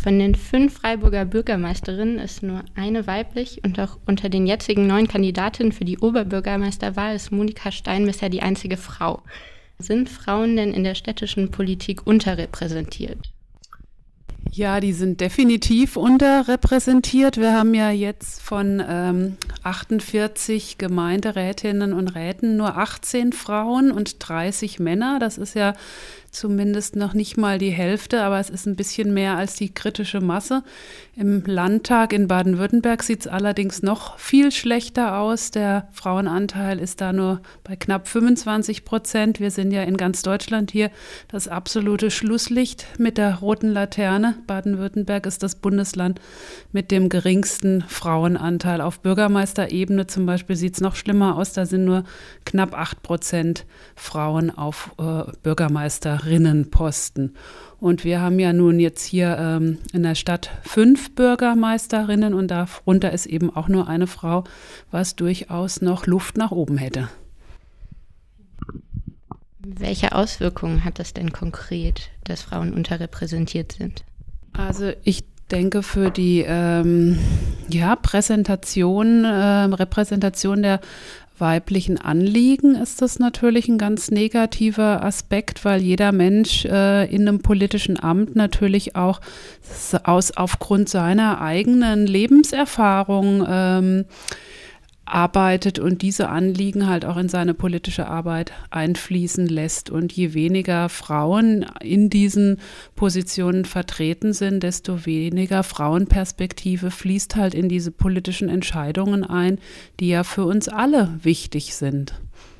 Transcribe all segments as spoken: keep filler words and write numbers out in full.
Von den fünf Freiburger Bürgermeisterinnen ist nur eine weiblich und auch unter den jetzigen neun Kandidatinnen für die Oberbürgermeisterwahl ist Monika Stein bisher die einzige Frau. Sind Frauen denn in der städtischen Politik unterrepräsentiert? Ja, die sind definitiv unterrepräsentiert. Wir haben ja jetzt von ähm, achtundvierzig Gemeinderätinnen und Räten nur achtzehn Frauen und dreißig Männer. Das ist ja zumindest noch nicht mal die Hälfte, aber es ist ein bisschen mehr als die kritische Masse. Im Landtag in Baden-Württemberg sieht es allerdings noch viel schlechter aus. Der Frauenanteil ist da nur bei knapp fünfundzwanzig Prozent. Wir sind ja in ganz Deutschland hier das absolute Schlusslicht mit der roten Laterne. Baden-Württemberg ist das Bundesland mit dem geringsten Frauenanteil. Auf Bürgermeisterebene zum Beispiel sieht es noch schlimmer aus. Da sind nur knapp acht Prozent Frauen auf äh, Bürgermeisterinnenposten. Und wir haben ja nun jetzt hier ähm, in der Stadt fünf Bürgermeisterinnen und darunter ist eben auch nur eine Frau, was durchaus noch Luft nach oben hätte. Welche Auswirkungen hat das denn konkret, dass Frauen unterrepräsentiert sind? Also ich denke, für die ähm, ja, Präsentation, äh, Repräsentation der weiblichen Anliegen ist das natürlich ein ganz negativer Aspekt, weil jeder Mensch äh, in einem politischen Amt natürlich auch aus, aufgrund seiner eigenen Lebenserfahrung ähm, arbeitet und diese Anliegen halt auch in seine politische Arbeit einfließen lässt. Und je weniger Frauen in diesen Positionen vertreten sind, desto weniger Frauenperspektive fließt halt in diese politischen Entscheidungen ein, die ja für uns alle wichtig sind.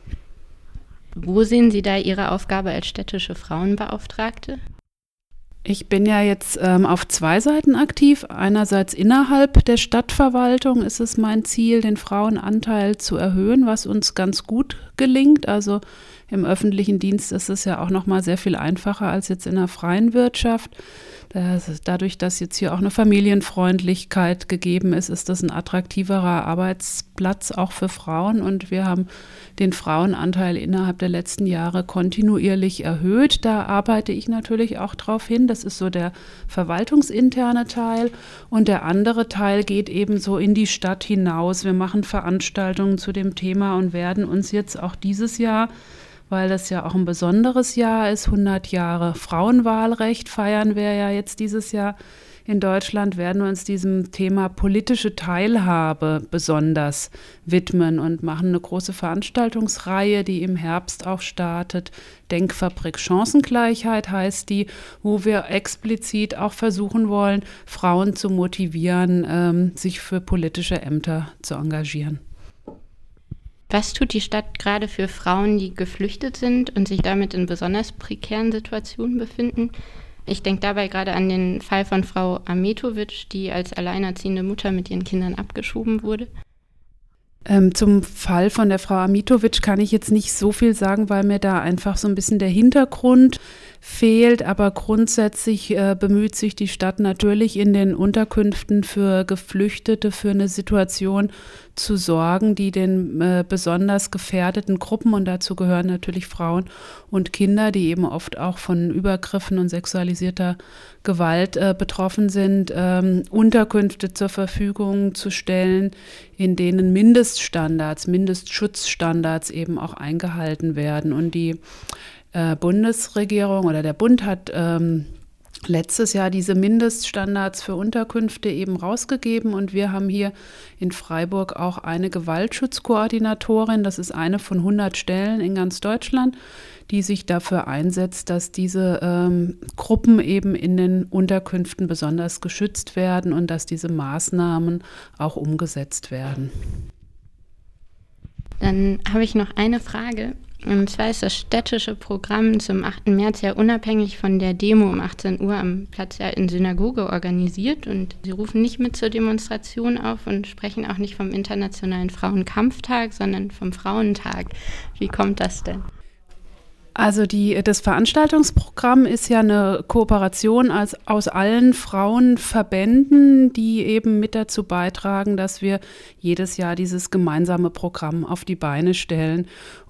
Wo sehen Sie da Ihre Aufgabe als städtische Frauenbeauftragte? Ich bin ja jetzt ähm, auf zwei Seiten aktiv. Einerseits innerhalb der Stadtverwaltung ist es mein Ziel, den Frauenanteil zu erhöhen, was uns ganz gut gelingt. Also im öffentlichen Dienst ist es ja auch noch mal sehr viel einfacher als jetzt in der freien Wirtschaft. Das, dadurch, dass jetzt hier auch eine Familienfreundlichkeit gegeben ist, ist das ein attraktiverer Arbeitsplatz auch für Frauen. Und wir haben den Frauenanteil innerhalb der letzten Jahre kontinuierlich erhöht. Da arbeite ich natürlich auch drauf hin. Das ist so der verwaltungsinterne Teil. Und der andere Teil geht eben so in die Stadt hinaus. Wir machen Veranstaltungen zu dem Thema und werden uns jetzt auch dieses Jahr, weil das ja auch ein besonderes Jahr ist, hundert Jahre Frauenwahlrecht feiern wir ja jetzt dieses Jahr in Deutschland, werden wir uns diesem Thema politische Teilhabe besonders widmen und machen eine große Veranstaltungsreihe, die im Herbst auch startet. Denkfabrik Chancengleichheit heißt die, wo wir explizit auch versuchen wollen, Frauen zu motivieren, ähm, sich für politische Ämter zu engagieren. Was tut die Stadt gerade für Frauen, die geflüchtet sind und sich damit in besonders prekären Situationen befinden? Ich denke dabei gerade an den Fall von Frau Ametovic, die als alleinerziehende Mutter mit ihren Kindern abgeschoben wurde. Ähm, zum Fall von der Frau Amitovic kann ich jetzt nicht so viel sagen, weil mir da einfach so ein bisschen der Hintergrund fehlt. Aber grundsätzlich äh, bemüht sich die Stadt natürlich in den Unterkünften für Geflüchtete für eine Situation zu sorgen, die den äh, besonders gefährdeten Gruppen, und dazu gehören natürlich Frauen und Kinder, die eben oft auch von Übergriffen und sexualisierter Gewalt äh, betroffen sind, ähm, Unterkünfte zur Verfügung zu stellen, in denen Mindeststandards, Mindestschutzstandards eben auch eingehalten werden. Und die äh, Bundesregierung oder der Bund hat ähm, letztes Jahr diese Mindeststandards für Unterkünfte eben rausgegeben und wir haben hier in Freiburg auch eine Gewaltschutzkoordinatorin, das ist eine von hundert Stellen in ganz Deutschland, die sich dafür einsetzt, dass diese ähm, Gruppen eben in den Unterkünften besonders geschützt werden und dass diese Maßnahmen auch umgesetzt werden. Dann habe ich noch eine Frage. Und zwar ist das städtische Programm zum achten März ja unabhängig von der Demo um achtzehn Uhr am Platz der alten Synagoge organisiert. Und Sie rufen nicht mit zur Demonstration auf und sprechen auch nicht vom Internationalen Frauenkampftag, sondern vom Frauentag. Wie kommt das denn? Also die, das Veranstaltungsprogramm ist ja eine Kooperation als, aus allen Frauenverbänden, die eben mit dazu beitragen, dass wir jedes Jahr dieses gemeinsame Programm auf die Beine stellen.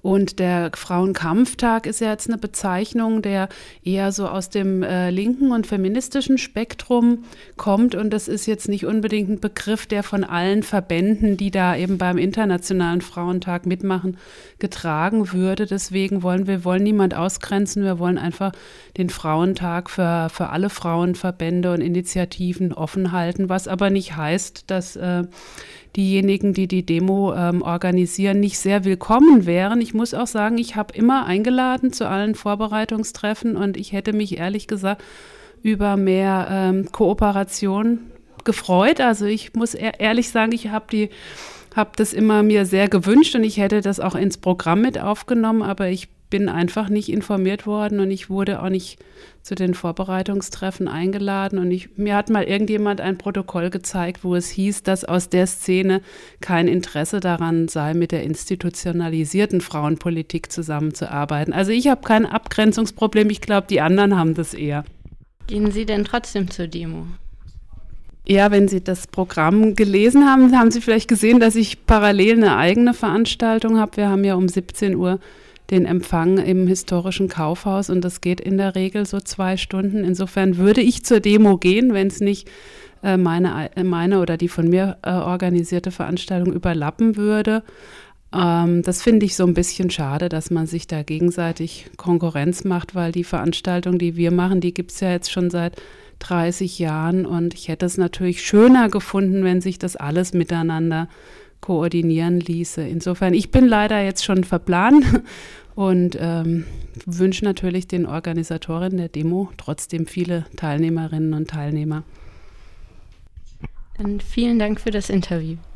Und der Frauenkampftag ist ja jetzt eine Bezeichnung, der eher so aus dem äh, linken und feministischen Spektrum kommt. Und das ist jetzt nicht unbedingt ein Begriff, der von allen Verbänden, die da eben beim Internationalen Frauentag mitmachen, getragen würde. Deswegen wollen wir wollen niemand ausgrenzen. Wir wollen einfach den Frauentag für, für alle Frauenverbände und Initiativen offen halten, was aber nicht heißt, dass äh, diejenigen, die die Demo ähm, organisieren, nicht sehr willkommen wären. Ich muss auch sagen, ich habe immer eingeladen zu allen Vorbereitungstreffen und ich hätte mich ehrlich gesagt über mehr ähm, Kooperation gefreut. Also ich muss ehr- ehrlich sagen, ich habe die habe das immer mir sehr gewünscht und ich hätte das auch ins Programm mit aufgenommen, aber ich bin einfach nicht informiert worden und ich wurde auch nicht zu den Vorbereitungstreffen eingeladen und ich, mir hat mal irgendjemand ein Protokoll gezeigt, wo es hieß, dass aus der Szene kein Interesse daran sei, mit der institutionalisierten Frauenpolitik zusammenzuarbeiten. Also ich habe kein Abgrenzungsproblem, ich glaube, die anderen haben das eher. Gehen Sie denn trotzdem zur Demo? Ja, wenn Sie das Programm gelesen haben, haben Sie vielleicht gesehen, dass ich parallel eine eigene Veranstaltung habe. Wir haben ja um siebzehn Uhr den Empfang im historischen Kaufhaus und das geht in der Regel so zwei Stunden. Insofern würde ich zur Demo gehen, wenn es nicht äh, meine, meine oder die von mir äh, organisierte Veranstaltung überlappen würde. Ähm, das finde ich so ein bisschen schade, dass man sich da gegenseitig Konkurrenz macht, weil die Veranstaltung, die wir machen, die gibt es ja jetzt schon seit dreißig Jahren und ich hätte es natürlich schöner gefunden, wenn sich das alles miteinander koordinieren ließe. Insofern, ich bin leider jetzt schon verplant und ähm, wünsche natürlich den Organisatorinnen der Demo trotzdem viele Teilnehmerinnen und Teilnehmer. Dann vielen Dank für das Interview.